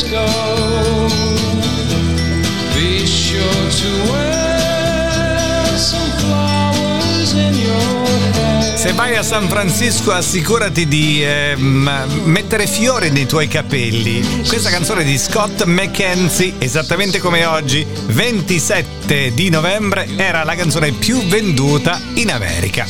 Francisco. Be sure to wear some flowers in your hair. Se vai a San Francisco assicurati di mettere fiori nei tuoi capelli. Questa canzone di Scott McKenzie, esattamente come oggi, 27 di novembre, era la canzone più venduta in America.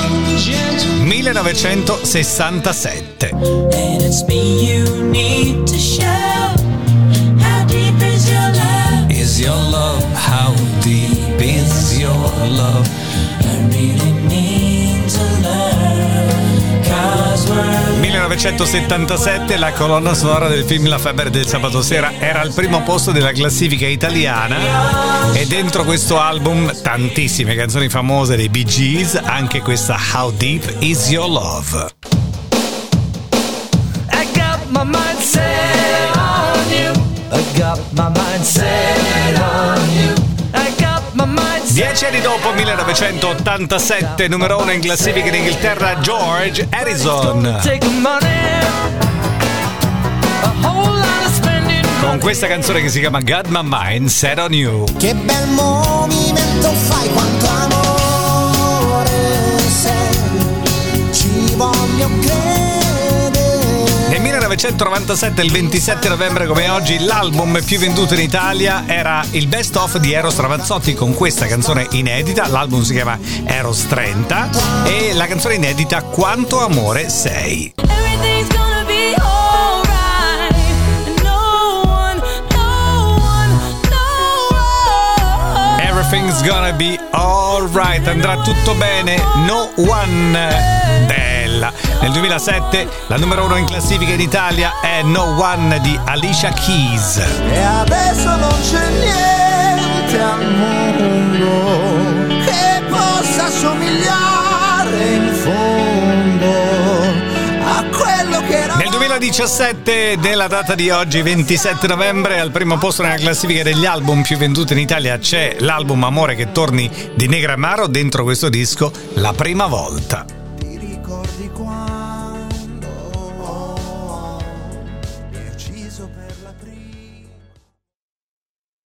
1967. And it's me you need to show. How deep is your love? Is your love, how deep is your love? I really need to learn. 'Cause we're 1977, la colonna sonora del film La febbre del sabato sera era al primo posto della classifica italiana e dentro questo album tantissime canzoni famose dei Bee Gees, anche questa How Deep Is Your Love. I got my mind set on you. I got my mind set on you. I got my mind set. 10 anni dopo, 1987, numero 1 in classifica in Inghilterra, George Harrison. Take money. A whole lot of spending. Con questa canzone che si chiama Got My Mind Set On You. Che bel movimento fai, quanto amore sei, ci voglio credere. Nel 1997, il 27 novembre come oggi, l'album più venduto in Italia era il Best Of di Eros Ramazzotti con questa canzone inedita. L'album si chiama Eros 30 e la canzone inedita Quanto amore sei. Everything's gonna be alright. Everything's gonna be alright, andrà tutto bene, no one. Bella. Nel 2007 la numero 1 in classifica in Italia è No One di Alicia Keys. E adesso non c'è niente al mondo che possa somigliare in fondo a quello che era. Nel 2017, nella data di oggi, 27 novembre, al primo posto nella classifica degli album più venduti in Italia c'è l'album Amore che torni di Negramaro. Dentro questo disco, La prima volta. Ti ricordi quando